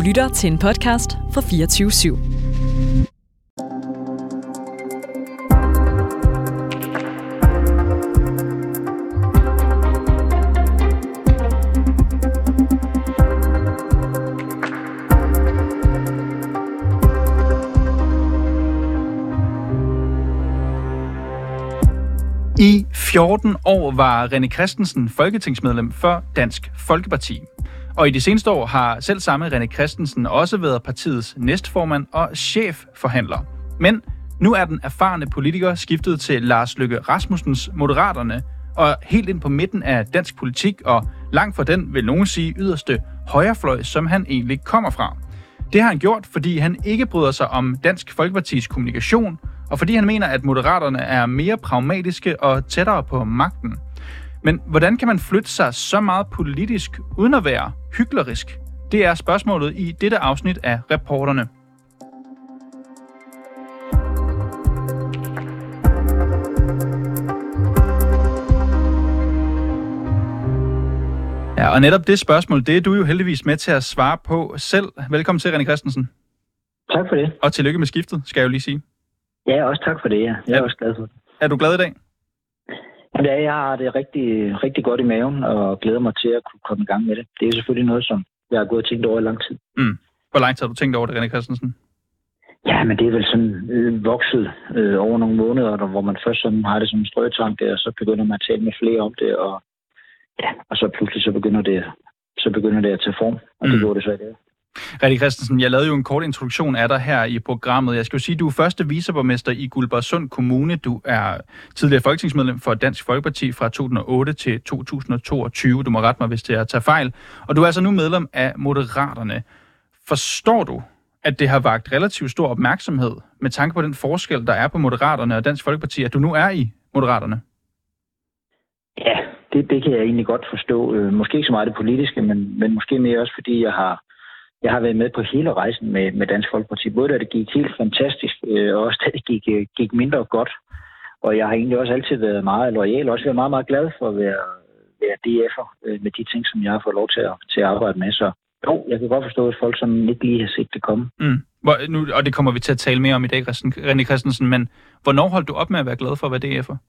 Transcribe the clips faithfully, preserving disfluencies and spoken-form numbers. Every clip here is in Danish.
lytter til en podcast fra fireogtyve syv. I fjorten år var René Christensen folketingsmedlem for Dansk Folkeparti. Og i de seneste år har selv samme René Christensen også været partiets næstformand og chefforhandler. Men nu er den erfarne politiker skiftet til Lars Løkke Rasmussens Moderaterne, og helt ind på midten af dansk politik, og langt fra den, vil nogen sige, yderste højrefløj, som han egentlig kommer fra. Det har han gjort, fordi han ikke bryder sig om Dansk Folkepartis kommunikation, og fordi han mener, at Moderaterne er mere pragmatiske og tættere på magten. Men hvordan kan man flytte sig så meget politisk, uden at være hyklerisk? Det er spørgsmålet i dette afsnit af Reporterne. Ja, og netop det spørgsmål, det er du jo heldigvis med til at svare på selv. Velkommen til, René Christensen. Tak for det. Og tillykke med skiftet, skal jeg jo lige sige. Ja, også tak for det, ja. Jeg er ja. også glad for det. Er du glad i dag? Ja, jeg har det rigtig, rigtig godt i maven, og glæder mig til at kunne komme i gang med det. Det er selvfølgelig noget, som jeg har gået og tænkt over i lang tid. Mm. Hvor lang tid har du tænkt over det, René Christensen? Ja, men det er vel sådan øh, vokset øh, over nogle måneder, hvor man først sådan har det som en strøtanke, og så begynder man at tale med flere om det, og, ja, og så pludselig så begynder det, så begynder det at tage form, og det mm. gjorde det så i dag. René Christensen, jeg lavede jo en kort introduktion af dig her i programmet. Jeg skal jo sige, at du er første viceborgmester i Guldborgsund Kommune. Du er tidligere folketingsmedlem for Dansk Folkeparti fra to tusind og otte til to tusind og toogtyve. Du må rette mig, hvis det er at tage fejl. Og du er altså nu medlem af Moderaterne. Forstår du, at det har vakt relativt stor opmærksomhed med tanke på den forskel, der er på Moderaterne og Dansk Folkeparti, at du nu er i Moderaterne? Ja, det, det kan jeg egentlig godt forstå. Måske ikke så meget det politiske, men, men måske mere også, fordi jeg har Jeg har været med på hele rejsen med, med Dansk Folkeparti. Både da det gik helt fantastisk, øh, og også da det gik, øh, gik mindre godt. Og jeg har egentlig også altid været meget loyal, og også været meget, meget glad for at være, være D F'er øh, med de ting, som jeg har fået lov til at, til at arbejde med. Så jo, jeg kan godt forstå, at folk som ikke lige har set det komme. Mm. Hvor, nu, og det kommer vi til at tale mere om i dag, René Christensen, men hvornår holdt du op med at være glad for at være D F'er?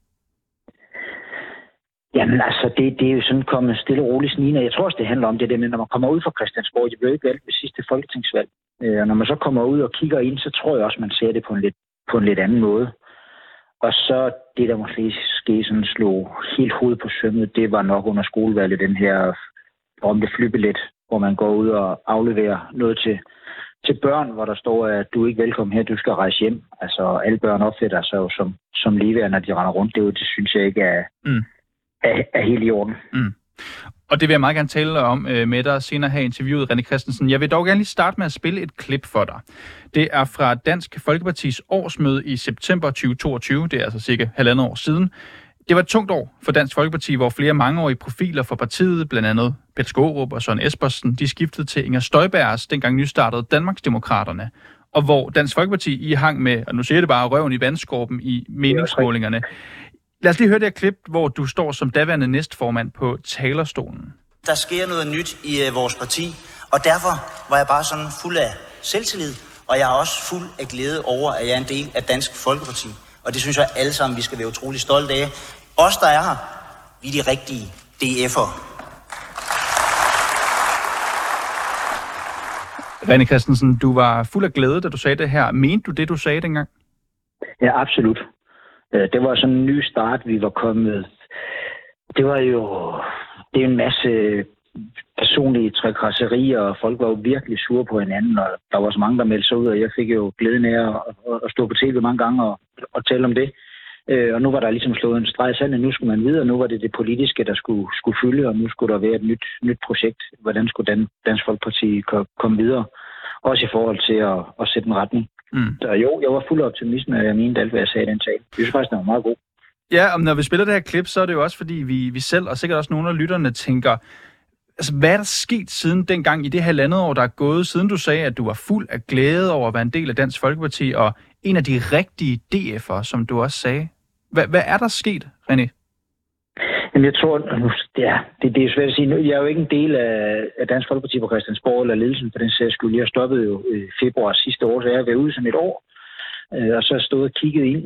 Jamen altså, det, det er jo sådan kommet stille og roligt snigende. Jeg tror også, det handler om det der med, når man kommer ud fra Christiansborg. Det blev ikke valgt ved sidste folketingsvalg. Og når man så kommer ud og kigger ind, så tror jeg også, man ser det på en lidt, på en lidt anden måde. Og så det, der måske sådan slog helt hovedet på sømmet, det var nok under skolevalget, den her om det flybillet, hvor man går ud og afleverer noget til, til børn, hvor der står, at du er ikke velkommen her, du skal rejse hjem. Altså, alle børn opfatter sig jo som, som ligeværd, når de render rundt. Det, jo, det synes jeg ikke er... Mm. Er, er helt i orden. Mm. Og det vil jeg meget gerne tale om øh, med dig senere her i interviewet, René Christensen. Jeg vil dog gerne lige starte med at spille et klip for dig. Det er fra Dansk Folkepartis årsmøde i september tyve toogtyve. Det er altså cirka halvandet år siden. Det var et tungt år for Dansk Folkeparti, hvor flere mangeårige profiler for partiet, blandt andet Peter Skaarup og Søren Espersen, de skiftede til Inger Støjbergs dengang nystartede Danmarksdemokraterne. Og hvor Dansk Folkeparti I hang med, og nu siger det bare, røven i vandskorben i meningsmålingerne. Lad os lige høre det her klip, hvor du står som daværende næstformand på talerstolen. Der sker noget nyt i uh, vores parti, og derfor var jeg bare sådan fuld af selvtillid, og jeg er også fuld af glæde over, at jeg er en del af Dansk Folkeparti. Og det synes jeg alle sammen, vi skal være utrolig stolte af. Os, der er her, vi er de rigtige D F'er. René Christensen, du var fuld af glæde, da du sagde det her. Mente du det, du sagde dengang? Ja, absolut. Det var sådan en ny start, vi var kommet. Det var jo det er en masse personlige trakasserier, og folk var jo virkelig sure på hinanden, og der var så mange, der meldte sig ud, og jeg fik jo glæden af at, at stå på tv mange gange og, og tale om det. Og nu var der ligesom slået en streg i sandet, nu skulle man videre, nu var det det politiske, der skulle, skulle fylde, og nu skulle der være et nyt, nyt projekt. Hvordan skulle Dan, Dansk Folkeparti komme videre? Også i forhold til at, at sætte en retning. Mm. Så jo, jeg var fuld af optimisme, og jeg mente alt, hvad jeg sagde i den tale. Jeg synes faktisk, den var meget god. Ja, og når vi spiller det her klip, så er det jo også, fordi vi, vi selv, og sikkert også nogle af lytterne, tænker, altså, hvad er der sket siden dengang i det halvandet år, der er gået, siden du sagde, at du var fuld af glæde over at være en del af Dansk Folkeparti, og en af de rigtige D F'er, som du også sagde. Hvad, hvad er der sket, René? Jamen, jeg tror, ja, det, det er svært at sige. Jeg er jo ikke en del af, af Dansk Folkeparti på Christiansborg eller ledelsen for den sags skyld. Jeg stoppede jo i februar sidste år, så jeg har været ude sådan et år, og så har jeg stået og kigget ind.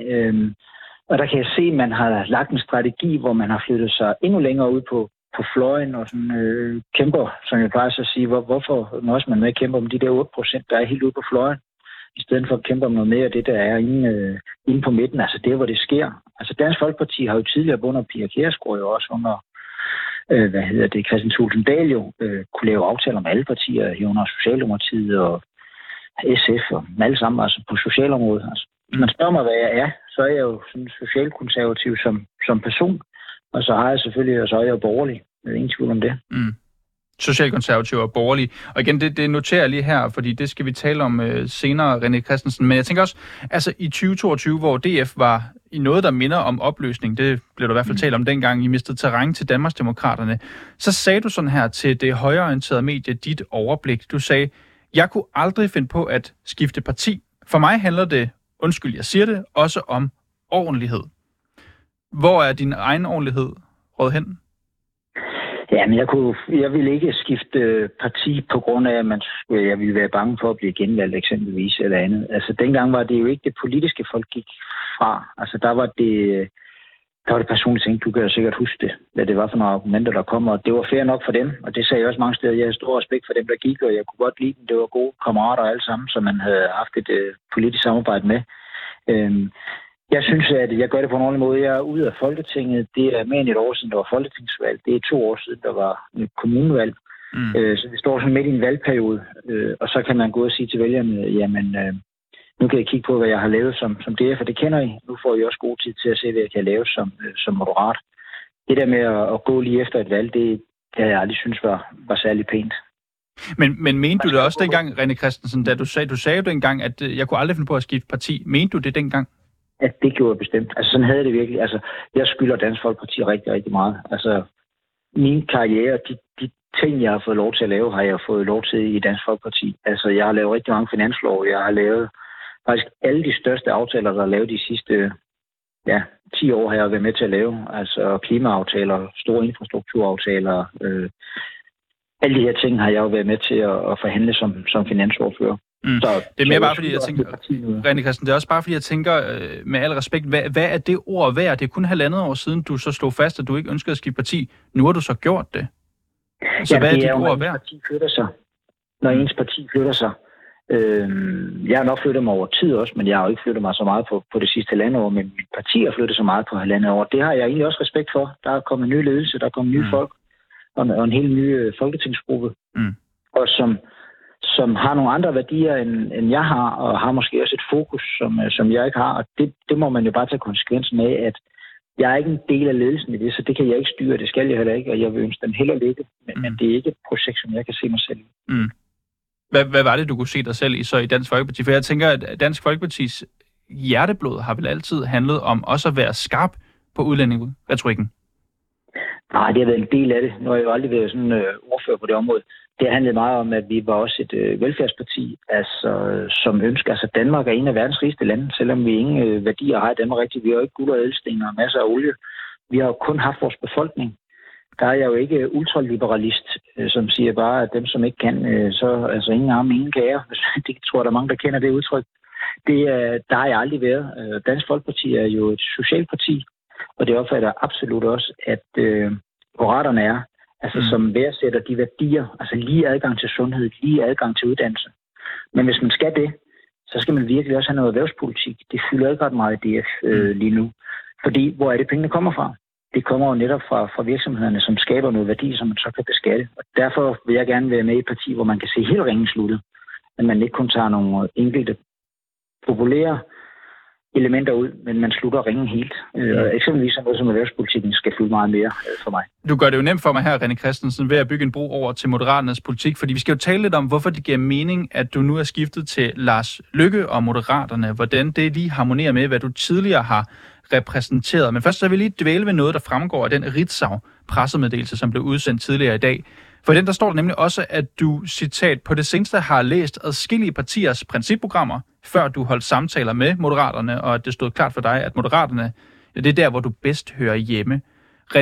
Og der kan jeg se, at man har lagt en strategi, hvor man har flyttet sig endnu længere ud på, på fløjen og sådan, øh, kæmper, som jeg plejer at sige, hvor, hvorfor nøjes man med at kæmpe om de der otte procent, der er helt ude på fløjen, i stedet for at kæmpe om noget mere af det, der er inde, øh, inde på midten, altså det, hvor det sker. Altså Dansk Folkeparti har jo tidligere under Pia Kjærsgaard jo også under, øh, hvad hedder det, Kristian Thulesen Dahl jo, øh, kunne lave aftaler med alle partier, herunder Socialdemokratiet og S F og alle sammen, altså på socialområdet. Altså, hvis man spørger mig, hvad jeg er, så er jeg jo sådan socialkonservativ som, som person, og så har jeg selvfølgelig, og så er jeg jo borgerlig. Det er ingen tvivl om det. Mm. Socialkonservativ og borgerlig. Og igen, det, det noterer jeg lige her, fordi det skal vi tale om øh, senere, René Christensen. Men jeg tænker også, altså i tyve toogtyve, hvor D F var i noget, der minder om opløsning, det blev der i hvert fald mm. talt om dengang, I mistede terræn til Danmarksdemokraterne, så sagde du sådan her til det højreorienterede medie, Dit Overblik. Du sagde, jeg kunne aldrig finde på at skifte parti. For mig handler det, undskyld, jeg siger det, også om ordentlighed. Hvor er din egen ordentlighed råd hen? Ja, men jeg, kunne, jeg ville ikke skifte parti på grund af, at man, jeg ville være bange for at blive genvalgt eksempelvis eller andet. Altså dengang var det jo ikke det politiske, folk gik fra. Altså der var det, der var det personlige ting. Du kan jo sikkert huske det, hvad det var for nogle argumenter, der kom. Og det var fair nok for dem, og det sagde jeg også mange steder. Jeg havde stor respekt for dem, der gik, og jeg kunne godt lide dem. Det var gode kammerater alle sammen, som man havde haft et uh, politisk samarbejde med. Øhm, Jeg synes, at jeg gør det på en ordentlig måde. Jeg er ude af Folketinget. Det er mere end et år siden, der var folketingsvalg. Det er to år siden, der var kommunevalg. Mm. Øh, så vi står sådan midt i en valgperiode. Øh, og så kan man gå og sige til vælgerne, jamen, øh, nu kan jeg kigge på, hvad jeg har lavet som, som D F, for det kender I. Nu får I også god tid til at se, hvad jeg kan lave som, øh, som moderat. Det der med at, at gå lige efter et valg, det, det har jeg aldrig synes var, var særlig pænt. Men, men mente du det også dengang, René Christensen, da du sagde, du sagde jo dengang, at jeg kunne aldrig finde på at skifte parti. Mente du det dengang? Ja, det gjorde jeg bestemt. Altså, sådan havde jeg det virkelig. Altså, jeg skylder Dansk Folkeparti rigtig, rigtig meget. Altså, min karriere, de, de ting, jeg har fået lov til at lave, har jeg fået lov til i Dansk Folkeparti. Altså, jeg har lavet rigtig mange finanslov. Jeg har lavet faktisk alle de største aftaler, der er lavet de sidste ja, ti år, har jeg været med til at lave. Altså, klimaaftaler, store infrastrukturaftaler. Øh, alle de her ting har jeg jo været med til at, at forhandle som, som finansordfører. Mm. Så, det er mere bare fordi, jeg tænker, René Christensen, det er også bare fordi, jeg tænker, øh, med al respekt, hvad, hvad er det ord værd? Det er kun halvandet år siden, du så slog fast, at du ikke ønskede at skifte parti. Nu har du så gjort det. Så ja, hvad er det, det ord værd? Parti flytter sig. Når ens parti flytter sig. Øh, jeg har nok flyttet mig over tid også, men jeg har jo ikke flyttet mig så meget på, på det sidste halvandet år, men mit parti har flyttet så meget på halvandet år. Det har jeg egentlig også respekt for. Der er kommet nye ledelse, der er kommet nye mm. folk, og en, og en helt ny øh, folketingsgruppe. Mm. Og som som har nogle andre værdier, end, end jeg har, og har måske også et fokus, som, som jeg ikke har. Og det, det må man jo bare tage konsekvensen af, at jeg er ikke en del af ledelsen i det, så det kan jeg ikke styre, det skal jeg heller ikke, og jeg vil ønske dem held og lykke. Men, mm. men det er ikke et projekt, som jeg kan se mig selv i. Mm. Hvad, hvad var det, du kunne se dig selv i så i Dansk Folkeparti? For jeg tænker, at Dansk Folkepartis hjerteblod har vel altid handlet om også at være skarp på udlændingeretorikken? Nej, det har været en del af det. Nu har jeg jo aldrig været sådan øh, ordfører på det område. Det handlede meget om, at vi var også et øh, velfærdsparti, altså, som ønsker. Altså Danmark er en af verdens rigeste lande, selvom vi ingen øh, værdier har i Danmark rigtigt. Vi har jo ikke guld og ædelsten og masser af olie. Vi har jo kun haft vores befolkning. Der er jeg jo ikke ultraliberalist, øh, som siger bare, at dem, som ikke kan, øh, så altså ingen arme, ingen kære. Det tror jeg, der er mange, der kender det udtryk. Det, øh, der har jeg aldrig været. Dansk Folkeparti er jo et socialparti, og det opfatter absolut også, at øh, Moderaterne er, altså mm. som værdsætter de værdier, altså lige adgang til sundhed, lige adgang til uddannelse. Men hvis man skal det, så skal man virkelig også have noget erhvervspolitik. Det fylder ikke ret meget i D F øh, lige nu. Fordi hvor er det pengene kommer fra? Det kommer jo netop fra, fra virksomhederne, som skaber noget værdi, som man så kan beskatte. Og derfor vil jeg gerne være med i et parti, hvor man kan se helt ringen sluttet. At man ikke kun tager nogle enkelte populære elementer ud, men man slutter ringen helt. Øh, eksempelvis noget som erhvervspolitikken skal fylde meget mere øh, for mig. Du gør det jo nemt for mig her, René Christensen, ved at bygge en bro over til Moderaternes politik, fordi vi skal jo tale lidt om, hvorfor det giver mening, at du nu er skiftet til Lars Løkke og Moderaterne, hvordan det lige harmonerer med, hvad du tidligere har repræsenteret. Men først så vil vi lige dvæle ved noget, der fremgår af den Ritzau-pressemeddelelse, som blev udsendt tidligere i dag. For den der står der nemlig også, at du, citat, på det seneste har læst adskillige partiers principprogrammer, før du holdt samtaler med Moderaterne, og at det stod klart for dig, at Moderaterne, det er der, hvor du bedst hører hjemme. René,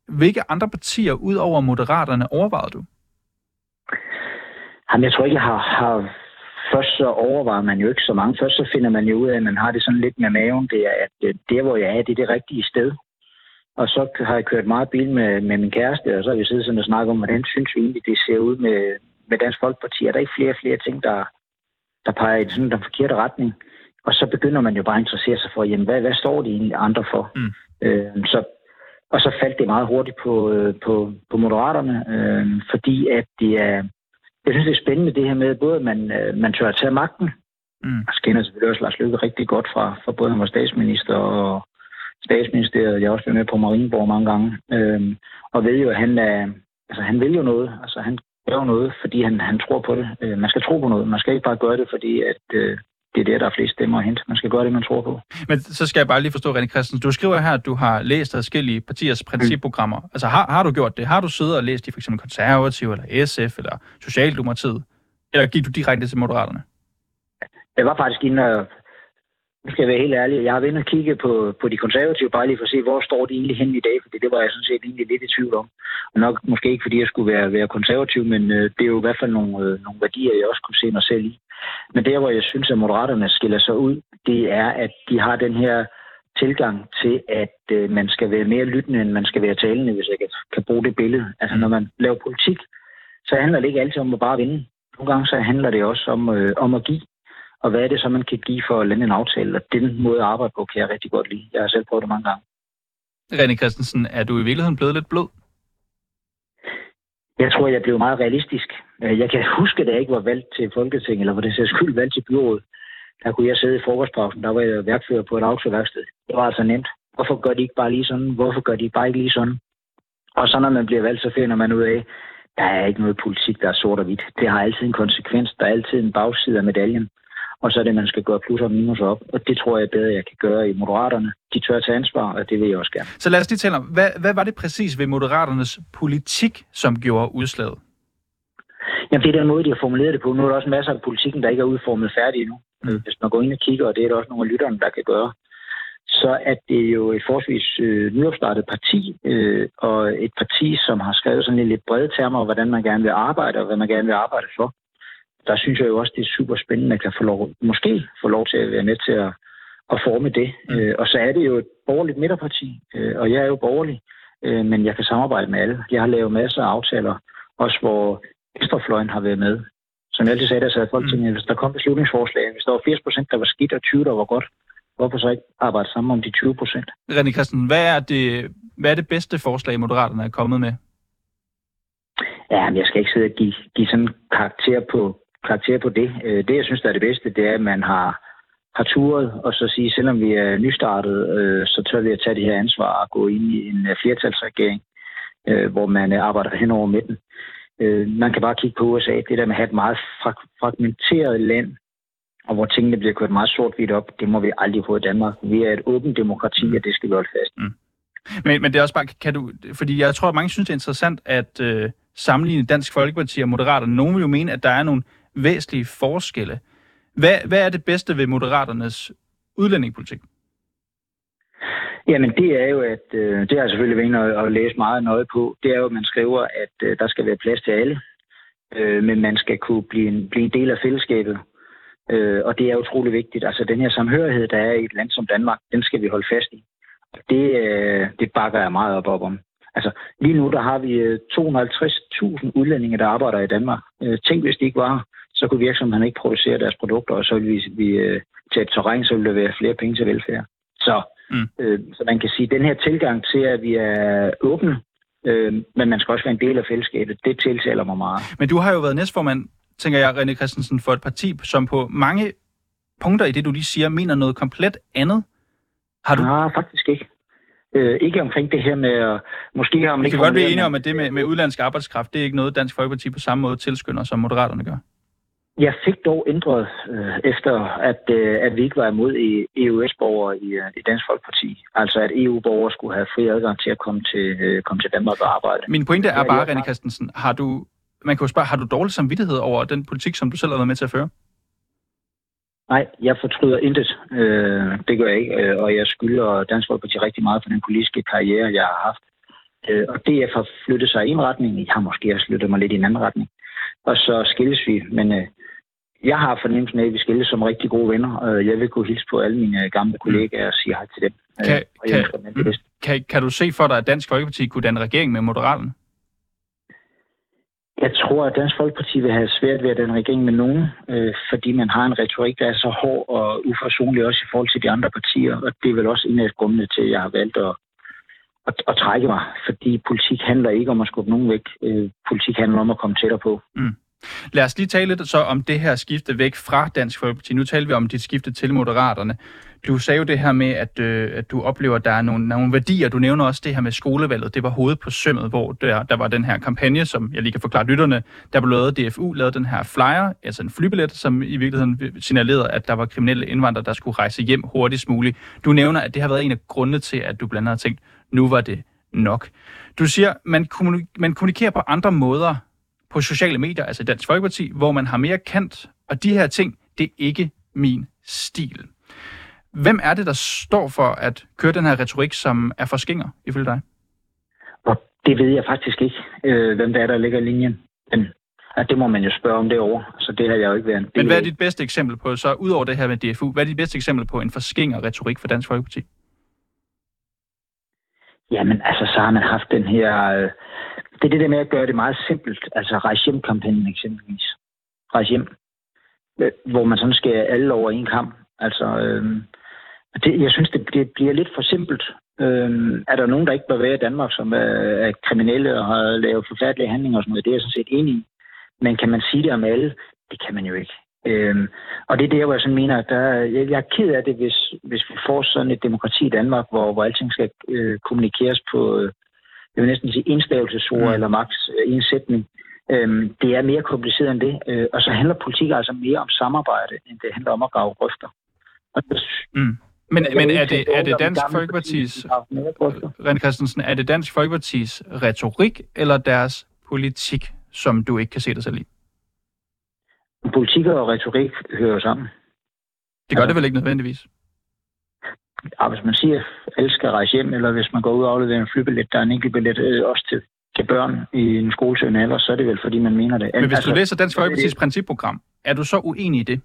Hvilke andre partier ud over Moderaterne overvejede du? Jamen, jeg tror ikke, jeg har, har... Først så overvejer man jo ikke så mange. Først så finder man jo ud af, at man har det sådan lidt med maven. Det er, at der, hvor jeg er, det er det rigtige sted. Og så har jeg kørt meget bil med, med min kæreste, og så har vi siddet sådan og snakket om, hvordan synes vi egentlig, det ser ud med, med Dansk Folkeparti. Er der ikke flere og flere ting, der, der peger i sådan den forkerte retning? Og så begynder man jo bare at interessere sig for, jamen, hvad, hvad står de egentlig andre for? Mm. Øh, så, og så faldt det meget hurtigt på, øh, på, på Moderaterne, øh, fordi at det er... Jeg synes, det er spændende det her med, både at man, øh, man tør at tage magten. Mm. Jeg kender selvfølgelig også Lars Løkke rigtig godt fra, fra både han var statsminister og statsministeriet. Jeg har også været med på Marienborg mange gange. Øhm, og ved jo, at han, er, altså, han vil jo noget. Altså, han gør jo noget, fordi han, han tror på det. Øh, man skal tro på noget. Man skal ikke bare gøre det, fordi at, øh, det er der, der er flest stemmer at hente. Man skal gøre det, man tror på. Men så skal jeg bare lige forstå, René Christensen. Du skriver her, at du har læst forskellige partiers principprogrammer. Mm. Altså har, har du gjort det? Har du siddet og læst i for eksempel Konservative, eller S F, eller Socialdemokratiet? Eller gik du direkte til Moderaterne? Jeg var faktisk inde og... Nu skal jeg være helt ærlig. Jeg har været inde og kigge på, på de konservative, bare lige for at se, hvor står de egentlig hen i dag, fordi det var jeg sådan set egentlig lidt i tvivl om. Og nok måske ikke, fordi jeg skulle være, være konservativ, men øh, det er jo i hvert fald nogle, øh, nogle værdier, jeg også kunne se mig selv i. Men der, hvor jeg synes, at Moderaterne skiller sig ud, det er, at de har den her tilgang til, at øh, man skal være mere lyttende, end man skal være talende, hvis jeg kan, kan bruge det billede. Altså, når man laver politik, så handler det ikke altid om at bare vinde. Nogle gange så handler det også om, øh, om at give. Og hvad er det så, man kan give for at lande en aftale? Og den måde at arbejde på, kan jeg rigtig godt lide. Jeg har selv prøvet det mange gange. René Christensen, er du i virkeligheden blevet lidt blød? Jeg tror, jeg blev meget realistisk. Jeg kan huske, at jeg ikke var valgt til Folketinget, eller hvor det ser skyld valgt til byrådet. Der kunne jeg sidde i frokostpausen. Der var jeg værkfører på et autoværksted. Det var altså nemt. Hvorfor gør de ikke bare lige sådan? Hvorfor gør de bare ikke lige sådan? Og så når man bliver valgt, så finder man ud af, der er ikke noget politik, der er sort og hvidt. Det har altid en konsekvens. Der er altid en bagside af medaljen. Og så er det, man skal gøre plus og minus op. Og det tror jeg bedre, jeg kan gøre i Moderaterne. De tør tage ansvar, og det vil jeg også gerne. Så lad os lige tale om, hvad, hvad var det præcis ved Moderaternes politik, som gjorde udslaget? Jamen, det er den måde, de har formuleret det på. Nu er der også masser af politikken, der ikke er udformet færdig endnu. Mm. Hvis man går ind og kigger, og det er der også nogle af lytterne, der kan gøre, så er det jo et forholdsvis øh, nyopstartet parti, øh, og et parti, som har skrevet sådan lidt brede termer, hvordan man gerne vil arbejde, og hvad man gerne vil arbejde for. Der synes jeg jo også, det er super spændende, at kan få lov, måske få lov til at være med til at, at forme det. Mm. Øh, og så er det jo et borgerligt midterparti, øh, og jeg er jo borgerlig, øh, men jeg kan samarbejde med alle. Jeg har lavet masser af aftaler, også hvor venstrefløjen har været med. Som jeg altid sagde, der sad Folketinget, mm. hvis der kom beslutningsforslag, hvis der var firs procent, der var skidt, og tyve, der var godt, hvorfor så ikke arbejde sammen om de tyve procent? René Christensen, hvad er det, hvad er det bedste forslag, Moderaterne er kommet med? Ja, men jeg skal ikke sidde og give, give sådan karakter på karakter på det. Det, jeg synes, der er det bedste, det er, at man har, har turet, og så sige, selvom vi er nystartet, øh, så tør vi at tage det her ansvar og gå ind i en flertalsregering, øh, hvor man arbejder hen over midten. Øh, man kan bare kigge på U S A, det der med at have et meget fragmenteret land, og hvor tingene bliver kørt meget sort-hvidt op, det må vi aldrig få i Danmark. Vi er et åbent demokrati, og det skal vi holde fast. Mm. Men, men det er også bare, kan du, fordi jeg tror, at mange synes, det er interessant at øh, sammenligne Dansk Folkeparti og Moderaterne. Nogle vil jo mene, at der er nogle væsentlige forskelle. Hvad, hvad er det bedste ved Moderaternes udlændingepolitik? Jamen det er jo, at øh, det har jeg selvfølgelig været inde at, at læse meget nøje på. Det er jo, at man skriver, at øh, der skal være plads til alle, øh, men man skal kunne blive en, blive en del af fællesskabet. Øh, og det er utrolig vigtigt. Altså den her samhørighed, der er i et land som Danmark, den skal vi holde fast i. Og det, øh, det bakker jeg meget op, op om. Altså lige nu, der har vi to hundrede og halvtreds tusind udlændinge, der arbejder i Danmark. Øh, tænk, hvis de ikke var, så kunne virksomhederne ikke producere deres produkter, og så ville vi, vi øh, til et terræn, så ville der være flere penge til velfærd. Så, mm. øh, så man kan sige, at den her tilgang til, at vi er åbne, øh, men man skal også være en del af fællesskabet, det tiltaler mig meget. Men du har jo været næstformand, tænker jeg, René Christensen, for et parti, som på mange punkter i det, du lige siger, mener noget komplet andet. Har du... Nej, faktisk ikke. Øh, ikke omkring det her med at... Måske har man ikke... Vi kan godt blive enige om, at det med, med udlandsk arbejdskraft, det er ikke noget, Dansk Folkeparti på samme måde tilskynder, som Moderaterne gør. Jeg fik dog ændret, øh, efter at, øh, at vi ikke var imod E U S-borgere i, øh, i Dansk Folkeparti. Altså at E U-borgere skulle have fri adgang til at komme til, øh, komme til Danmark og arbejde. Min pointe er bare, René Christensen, har du... Man kan jo spørge, har du dårlig samvittighed over den politik, som du selv har været med til at føre? Nej, jeg fortryder intet. Øh, det gør jeg ikke, og jeg skylder Dansk Folkeparti rigtig meget for den politiske karriere, jeg har haft. Øh, og D F har flyttet sig i en retning. Jeg har måske også flyttet mig lidt i en anden retning. Og så skilles vi. Men øh, jeg har fornemmelsen af, at vi skilles som rigtig gode venner. Og jeg vil kunne hilse på alle mine gamle kollegaer og sige hej til dem. Kan, øh, kan, kan, kan, kan du se for dig, at Dansk Folkeparti kunne danne regering med Moderaterne? Jeg tror, at Dansk Folkeparti vil have svært ved at danne regering med nogen, øh, fordi man har en retorik, der er så hård og uforsonlig også i forhold til de andre partier. Og det er vel også en af grundene til, at jeg har valgt at, at, at trække mig. Fordi politik handler ikke om at skubbe nogen væk. Øh, politik handler om at komme tættere på. Mm. Lad os lige tale lidt så om det her skifte væk fra Dansk Folkeparti. Nu taler vi om dit skifte til Moderaterne. Du sagde jo det her med, at, øh, at du oplever, at der er nogle, nogle værdier. Du nævner også det her med skolevalget. Det var hovedet på sømmet, hvor der, der var den her kampagne, som jeg lige kan forklare lytterne. Der blev lavet D F U, lavede den her flyer, altså en flybillet, som i virkeligheden signalerede, at der var kriminelle indvandrere, der skulle rejse hjem hurtigst muligt. Du nævner, at det har været en af grundene til, at du blandt andet har tænkt, nu var det nok. Du siger, man, kommunik- man kommunikerer på andre måder på sociale medier, altså Dansk Folkeparti, hvor man har mere kant, og de her ting, det er ikke min stil. Hvem er det, der står for at køre den her retorik, som er for skinger, ifølge dig? Og det ved jeg faktisk ikke, øh, hvem der er, der ligger i linjen. Men ja, det må man jo spørge om derovre, så det har jeg jo ikke været. Men hvad er dit bedste eksempel på, så udover det her med D F U, hvad er dit bedste eksempel på en for skinger retorik for Dansk Folkeparti? Jamen, altså, så har man haft den her... Øh, det er det der med at gøre det meget simpelt. Altså, rejse hjem-kampagnen eksempelvis. Rejse hjem. Hvor man sådan skal alle over en kamp. Altså, øh, det, jeg synes, det, det bliver lidt for simpelt. Øh, er der nogen, der ikke bør være i Danmark, som er, er kriminelle og har lavet forfærdelige handlinger og sådan noget? Det er jeg sådan set enig i. Men kan man sige det om alle? Det kan man jo ikke. Øhm, og det er der, hvor jeg sådan mener, at der, jeg, jeg er ked af det, hvis, hvis vi får sådan et demokrati i Danmark, hvor, hvor alting skal øh, kommunikeres på, øh, jeg vil næsten sige enstavelsesord mm. eller maks øh, en sætning. Øhm, det er mere kompliceret end det, øh, og så handler politik altså mere om samarbejde, end det handler om at grave grøfter. Mm. Men, men er det, er det Dansk Folkepartis, René Christensen, er det Dansk Folkepartis retorik eller deres politik, som du ikke kan se dig selv i? Politik og retorik hører sammen. Det gør ja. Det vel ikke nødvendigvis? Ja, hvis man siger, at alle skal rejse hjem, eller hvis man går ud og afleverer en flybillet, der er en enkelt billet øh, også til, til børn i en skolesøgende alder, så er det vel, fordi man mener det. Men hvis altså, du læser Dansk Folkepartis principprogram, er du så uenig i det?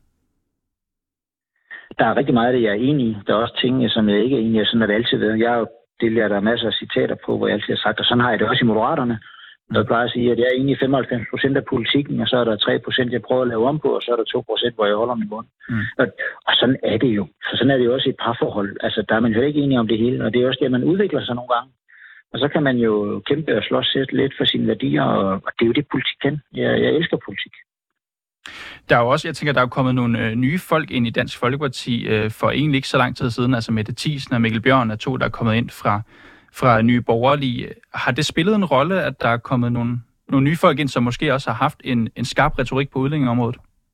Der er rigtig meget af det, jeg er enig i. Der er også ting, som jeg ikke er enig i, sådan er det altid været. Jeg har jo delt der masser af citater på, hvor jeg altid har sagt, og sådan har jeg det også i Moderaterne. Jeg plejer at sige, at jeg er enig i femoghalvfems procent af politikken, og så er der tre procent, jeg prøver at lave om på, og så er der to procent, hvor jeg holder min mund. Mm. Og, og sådan er det jo. Så sådan er det jo også i et parforhold. Altså, der er man jo ikke enig om det hele, og det er også det, at man udvikler sig nogle gange. Og så kan man jo kæmpe og slås lidt for sine værdier, og, og det er jo det, politik kan. Jeg, jeg elsker politik. Der er jo også, jeg tænker, der er jo kommet nogle øh, nye folk ind i Dansk Folkeparti øh, for egentlig ikke så lang tid siden, altså Mette Thiesen og Mikkel Bjørn er to, der er kommet ind fra fra Nye Borgerlige. Har det spillet en rolle, at der er kommet nogle, nogle nye folk ind, som måske også har haft en, en skarp retorik på udlændingeområdet?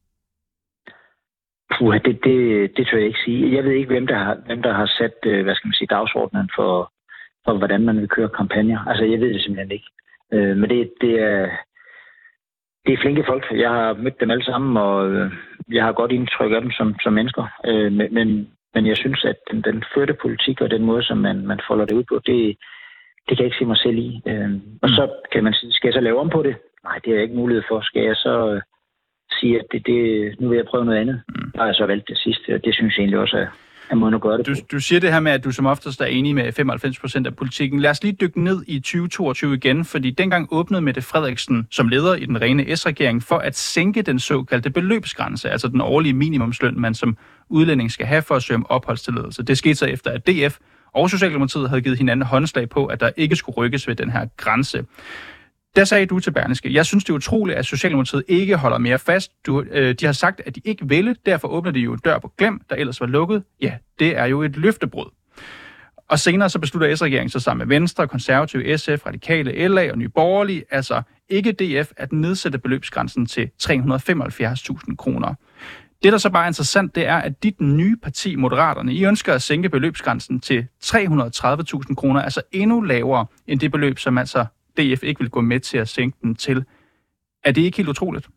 Puh, det, det, det tør jeg ikke sige. Jeg ved ikke, hvem der har, hvem der har sat, hvad skal man sige, dagsordenen for, for, hvordan man vil køre kampagner. Altså, jeg ved det simpelthen ikke. Øh, men det, det, er, det er flinke folk. Jeg har mødt dem alle sammen, og jeg har godt indtryk af dem som, som mennesker. Øh, men Men jeg synes, at den, den førte politik og den måde, som man, man folder det ud på, det, det kan jeg ikke se mig selv i. Øhm, og så kan man sige, skal jeg så lave om på det? Nej, det har jeg ikke mulighed for. Skal jeg så øh, sige, at det, det, nu vil jeg prøve noget andet? Mm. Der har jeg så valgt det sidste, og det synes jeg egentlig også er, er måden at gøre det du, på. Du siger det her med, at du som oftest er enig med femoghalvfems procent af politikken. Lad os lige dykke ned i tyve toogtyve igen, fordi dengang åbnede Mette Frederiksen som leder i den rene S-regering for at sænke den såkaldte beløbsgrænse, altså den årlige minimumsløn, man som udlænding skal have for at søge om opholdstilladelse. Det skete så efter, at D F og Socialdemokratiet havde givet hinanden håndslag på, at der ikke skulle rykkes ved den her grænse. Der sagde du til Berlingske, jeg synes, det er utroligt, at Socialdemokratiet ikke holder mere fast. Du, øh, de har sagt, at de ikke ville, derfor åbner de jo en dør på klem, der ellers var lukket. Ja, det er jo et løftebrud. Og senere så beslutter S-regeringen så sammen med Venstre, Konservative, S F, Radikale, L A og Nye Borgerlige, altså ikke D F, at nedsætte beløbsgrænsen til tre hundrede og femoghalvfjerds tusind kroner. Det, der så bare er interessant, det er, at dit nye parti, Moderaterne, I ønsker at sænke beløbsgrænsen til tre hundrede og tredive tusind kroner, altså endnu lavere end det beløb, som altså D F ikke vil gå med til at sænke den til. Er det ikke helt utroligt?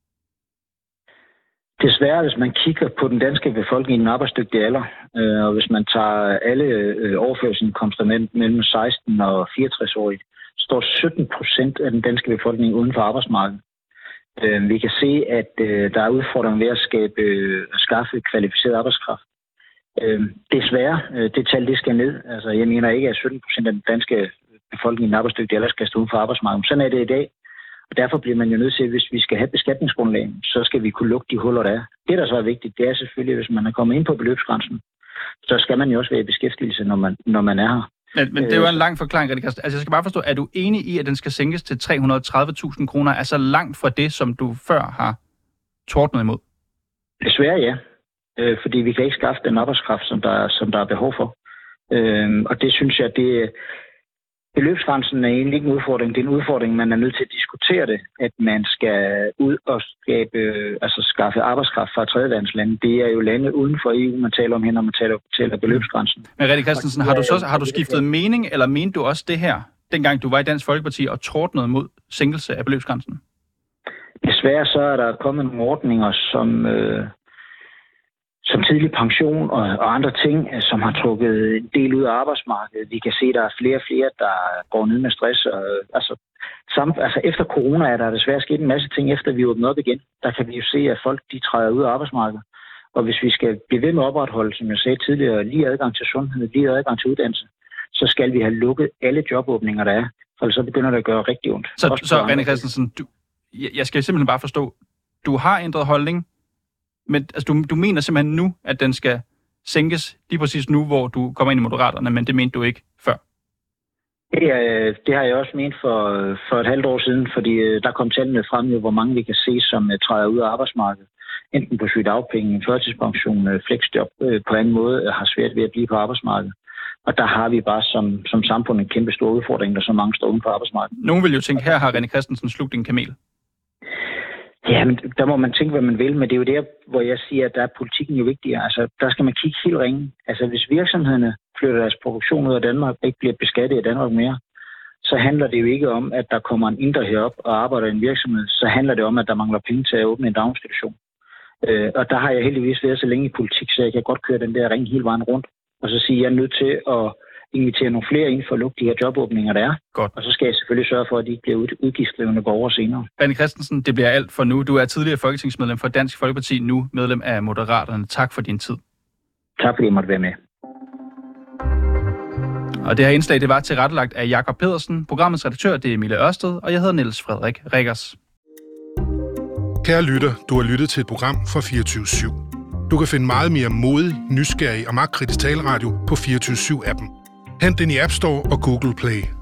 Desværre, hvis man kigger på den danske befolkning i en arbejdsdygtig alder, øh, og hvis man tager alle øh, overførselsindkomster mellem seksten og fireogtres-årige, står sytten procent af den danske befolkning uden for arbejdsmarkedet. Øh, vi kan se, at øh, der er udfordringer ved at skabe, øh, at skaffe kvalificeret arbejdskraft. Øh, desværre, øh, det tal det skal ned. Altså, jeg mener ikke, at sytten procent af den danske befolkning i arbejdsdygtig ellers skal stå uden for arbejdsmarkedet. Sådan er det i dag. Og derfor bliver man jo nødt til, hvis vi skal have beskatningsgrundlag, så skal vi kunne lukke de huller, der er. Det, der så er vigtigt, det er selvfølgelig, hvis man er kommet ind på beløbsgrænsen, så skal man jo også være i beskæftigelse, når man, når man er her. Men, men det er jo en lang forklaring, René Christensen. Altså, jeg skal bare forstå, er du enig i, at den skal sænkes til tre hundrede og tredive tusind kroner, altså langt fra det, som du før har tordnet imod? Desværre ja, øh, fordi vi kan ikke skaffe den arbejdskraft, som der, som der er behov for. Øh, og det synes jeg, det beløbsgrænsen er egentlig ikke en udfordring. Det er en udfordring, man er nødt til at diskutere det, at man skal ud og skabe, altså skaffe arbejdskraft fra tredjelandslande. Det er jo lande uden for E U, man taler om her, når man taler, taler beløbsgrænsen. Men René Christensen, har du, så, har du skiftet mening, eller mente du også det her, dengang du var i Dansk Folkeparti og tordnede mod sænkelse af beløbsgrænsen? Desværre så er der kommet nogle ordninger, som... Øh, som tidlig pension og, og andre ting, som har trukket en del ud af arbejdsmarkedet. Vi kan se, at der er flere og flere, der går ned med stress. Og, altså, samt, altså efter corona er der desværre sket en masse ting, efter vi åbner op igen. Der kan vi jo se, at folk de træder ud af arbejdsmarkedet. Og hvis vi skal blive ved med at opretholde, som jeg sagde tidligere, lige adgang til sundhed, lige adgang til uddannelse, så skal vi have lukket alle jobåbninger, der er. For så begynder det at gøre rigtig ondt. Så, så René Christensen, du, jeg skal simpelthen bare forstå, du har ændret holdning, men altså, du, du mener simpelthen nu, at den skal sænkes lige præcis nu, hvor du kommer ind i Moderaterne, men det mente du ikke før? Det, er, det har jeg også ment for, for et halvt år siden, fordi der kom tallene frem, hvor mange vi kan se, som træder ud af arbejdsmarkedet. Enten på sygedagpenge, førtidspension, flexjob, på anden måde har svært ved at blive på arbejdsmarkedet. Og der har vi bare som, som samfund en kæmpe stor udfordring, der så mange står uden på arbejdsmarkedet. Nogen vil jo tænke, her har René Christensen slugt en kamel. Ja, men der må man tænke, hvad man vil, men det er jo der, hvor jeg siger, at der er politikken jo vigtigere. Altså, der skal man kigge helt ringe. Altså, hvis virksomhederne flytter deres produktion ud af Danmark og ikke bliver beskattet i Danmark mere, så handler det jo ikke om, at der kommer en indre herop og arbejder i en virksomhed. Så handler det om, at der mangler penge til at åbne en daginstitution. Øh, og der har jeg heldigvis været så længe i politik, så jeg kan godt køre den der ring hele vejen rundt. Og så sige, at jeg er nødt til at invitere nogle flere ind for at lukke de her jobåbninger, der er. Godt. Og så skal jeg selvfølgelig sørge for, at de ikke bliver udgiftsdrivende borgere senere. René Christensen, det bliver alt for nu. Du er tidligere folketingsmedlem for Dansk Folkeparti, nu medlem af Moderaterne. Tak for din tid. Tak fordi jeg måtte være med. Og det her indslag, det var tilrettelagt af Jakob Pedersen. Programmets redaktør, det er Emilie Ørsted, og jeg hedder Niels Frederik Riggers. Kære lytter, du har lyttet til et program fra fireogtyve syv. Du kan finde meget mere modig, nysgerrig og magtkritisk taleradio på fireogtyve syv appen. Hent den i App Store og Google Play.